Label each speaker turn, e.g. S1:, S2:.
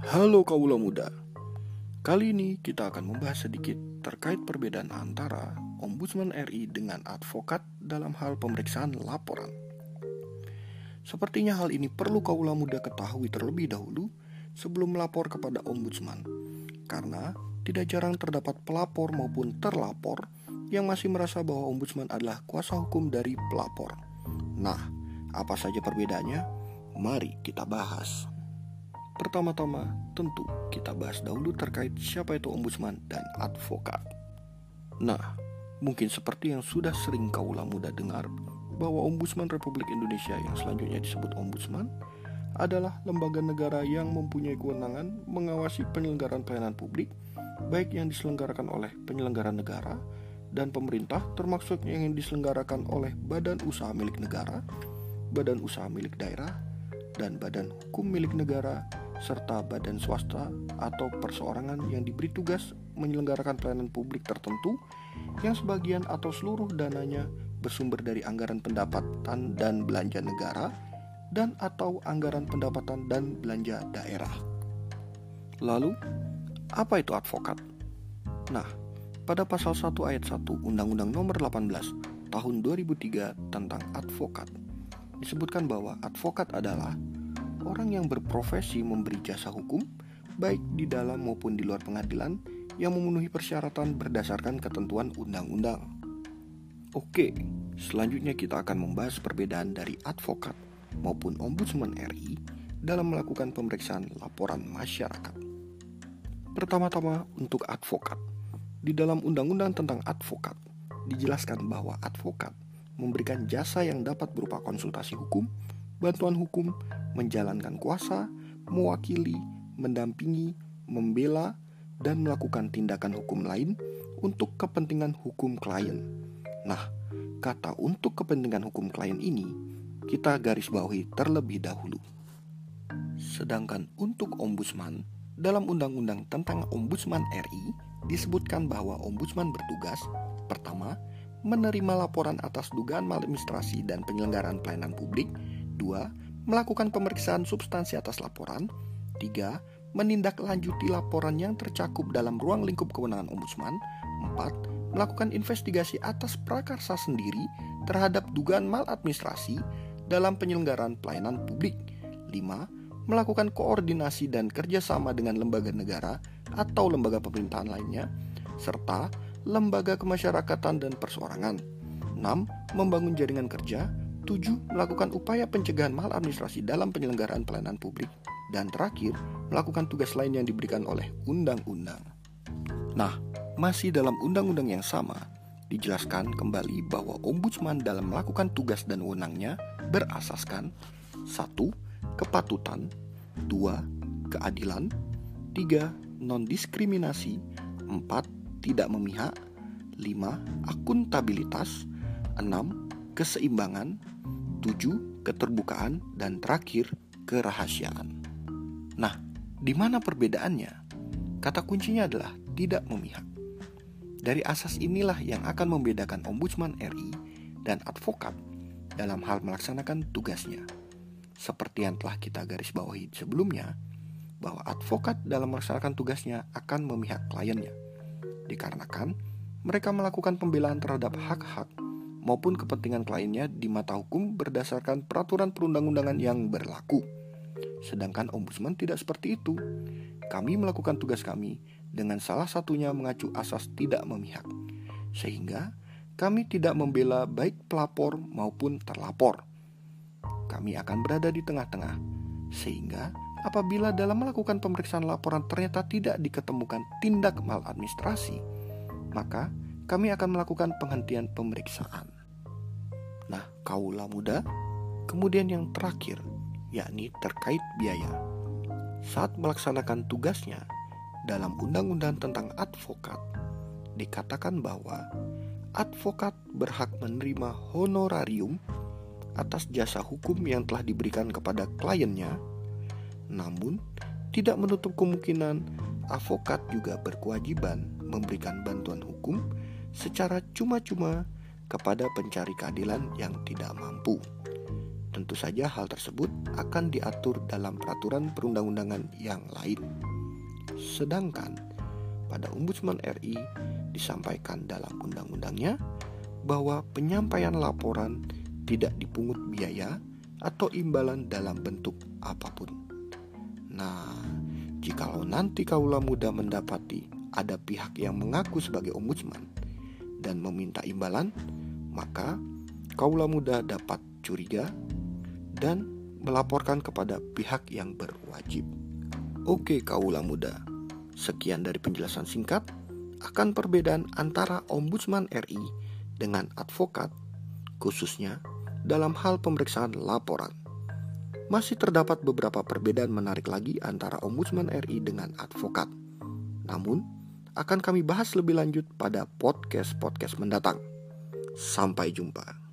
S1: Halo kaula muda. Kali ini kita akan membahas sedikit terkait perbedaan antara Ombudsman RI dengan advokat dalam hal pemeriksaan laporan. Sepertinya hal ini perlu kaula muda ketahui terlebih dahulu sebelum melapor kepada Ombudsman, karena tidak jarang terdapat pelapor maupun terlapor yang masih merasa bahwa Ombudsman adalah kuasa hukum dari pelapor. Nah, apa saja perbedaannya? Mari kita bahas. Pertama-tama, tentu kita bahas dahulu terkait siapa itu ombudsman dan advokat. Nah, mungkin seperti yang sudah sering kaula muda dengar, bahwa Ombudsman Republik Indonesia yang selanjutnya disebut ombudsman adalah lembaga negara yang mempunyai kewenangan mengawasi penyelenggaraan pelayanan publik, baik yang diselenggarakan oleh penyelenggara negara dan pemerintah, termasuk yang diselenggarakan oleh badan usaha milik negara, badan usaha milik daerah, dan badan hukum milik negara, serta badan swasta atau perseorangan yang diberi tugas menyelenggarakan pelayanan publik tertentu yang sebagian atau seluruh dananya bersumber dari anggaran pendapatan dan belanja negara dan atau anggaran pendapatan dan belanja daerah. Lalu, apa itu advokat? Nah, pada pasal 1 ayat 1 Undang-Undang Nomor 18 Tahun 2003 tentang advokat disebutkan bahwa advokat adalah orang yang berprofesi memberi jasa hukum, baik di dalam maupun di luar pengadilan, yang memenuhi persyaratan berdasarkan ketentuan undang-undang. Oke, selanjutnya kita akan membahas perbedaan dari advokat maupun ombudsman RI dalam melakukan pemeriksaan laporan masyarakat. Pertama-tama untuk advokat. Di dalam undang-undang tentang advokat, dijelaskan bahwa advokat memberikan jasa yang dapat berupa konsultasi hukum, bantuan hukum, menjalankan kuasa, mewakili, mendampingi, membela, dan melakukan tindakan hukum lain untuk kepentingan hukum klien. Nah, kata untuk kepentingan hukum klien ini kita garis bawahi terlebih dahulu. Sedangkan untuk ombudsman, dalam Undang-Undang tentang Ombudsman RI disebutkan bahwa ombudsman bertugas, pertama, menerima laporan atas dugaan maladministrasi dan penyelenggaraan pelayanan publik. 2. Melakukan pemeriksaan substansi atas laporan. 3. Menindaklanjuti laporan yang tercakup dalam ruang lingkup kewenangan ombudsman. 4. Melakukan investigasi atas prakarsa sendiri terhadap dugaan maladministrasi dalam penyelenggaraan pelayanan publik. 5. Melakukan koordinasi dan kerjasama dengan lembaga negara atau lembaga pemerintahan lainnya, serta lembaga kemasyarakatan dan perseorangan. 6. Membangun jaringan kerja. 7. Melakukan upaya pencegahan maladministrasi dalam penyelenggaraan pelayanan publik. Dan terakhir, melakukan tugas lain yang diberikan oleh undang-undang. Nah, masih dalam undang-undang yang sama, dijelaskan kembali bahwa ombudsman dalam melakukan tugas dan wewenangnya berasaskan 1. Kepatutan. 2. Keadilan. 3. Non-diskriminasi. 4. Tidak memihak. 5. Akuntabilitas. 6. Keseimbangan. 7. Keterbukaan. Dan terakhir, kerahasiaan. Nah, di mana perbedaannya? Kata kuncinya adalah tidak memihak. Dari asas inilah yang akan membedakan ombudsman RI dan advokat dalam hal melaksanakan tugasnya. Seperti yang telah kita garis bawahi sebelumnya, bahwa advokat dalam melaksanakan tugasnya akan memihak kliennya, dikarenakan mereka melakukan pembelaan terhadap hak-hak maupun kepentingan kliennya di mata hukum berdasarkan peraturan perundang-undangan yang berlaku. Sedangkan ombudsman tidak seperti itu. Kami melakukan tugas kami dengan salah satunya mengacu asas tidak memihak, sehingga kami tidak membela baik pelapor maupun terlapor. Kami akan berada di tengah-tengah, sehingga apabila dalam melakukan pemeriksaan laporan ternyata tidak diketemukan tindak maladministrasi, maka kami akan melakukan penghentian pemeriksaan. Nah, kaula muda, kemudian yang terakhir, yakni terkait biaya. Saat melaksanakan tugasnya, dalam undang-undang tentang advokat, dikatakan bahwa advokat berhak menerima honorarium atas jasa hukum yang telah diberikan kepada kliennya, namun tidak menutup kemungkinan advokat juga berkewajiban memberikan bantuan hukum secara cuma-cuma kepada pencari keadilan yang tidak mampu. Tentu saja hal tersebut akan diatur dalam peraturan perundang-undangan yang lain. Sedangkan pada Ombudsman RI disampaikan dalam undang-undangnya bahwa penyampaian laporan tidak dipungut biaya atau imbalan dalam bentuk apapun. Nah, jikalau nanti kaula muda mendapati ada pihak yang mengaku sebagai ombudsman dan meminta imbalan, maka kaula muda dapat curiga dan melaporkan kepada pihak yang berwajib. Oke kaula muda, sekian dari penjelasan singkat akan perbedaan antara Ombudsman RI dengan advokat, khususnya dalam hal pemeriksaan laporan. Masih terdapat beberapa perbedaan menarik lagi antara Ombudsman RI dengan advokat. Namun, akan kami bahas lebih lanjut pada podcast mendatang. Sampai jumpa.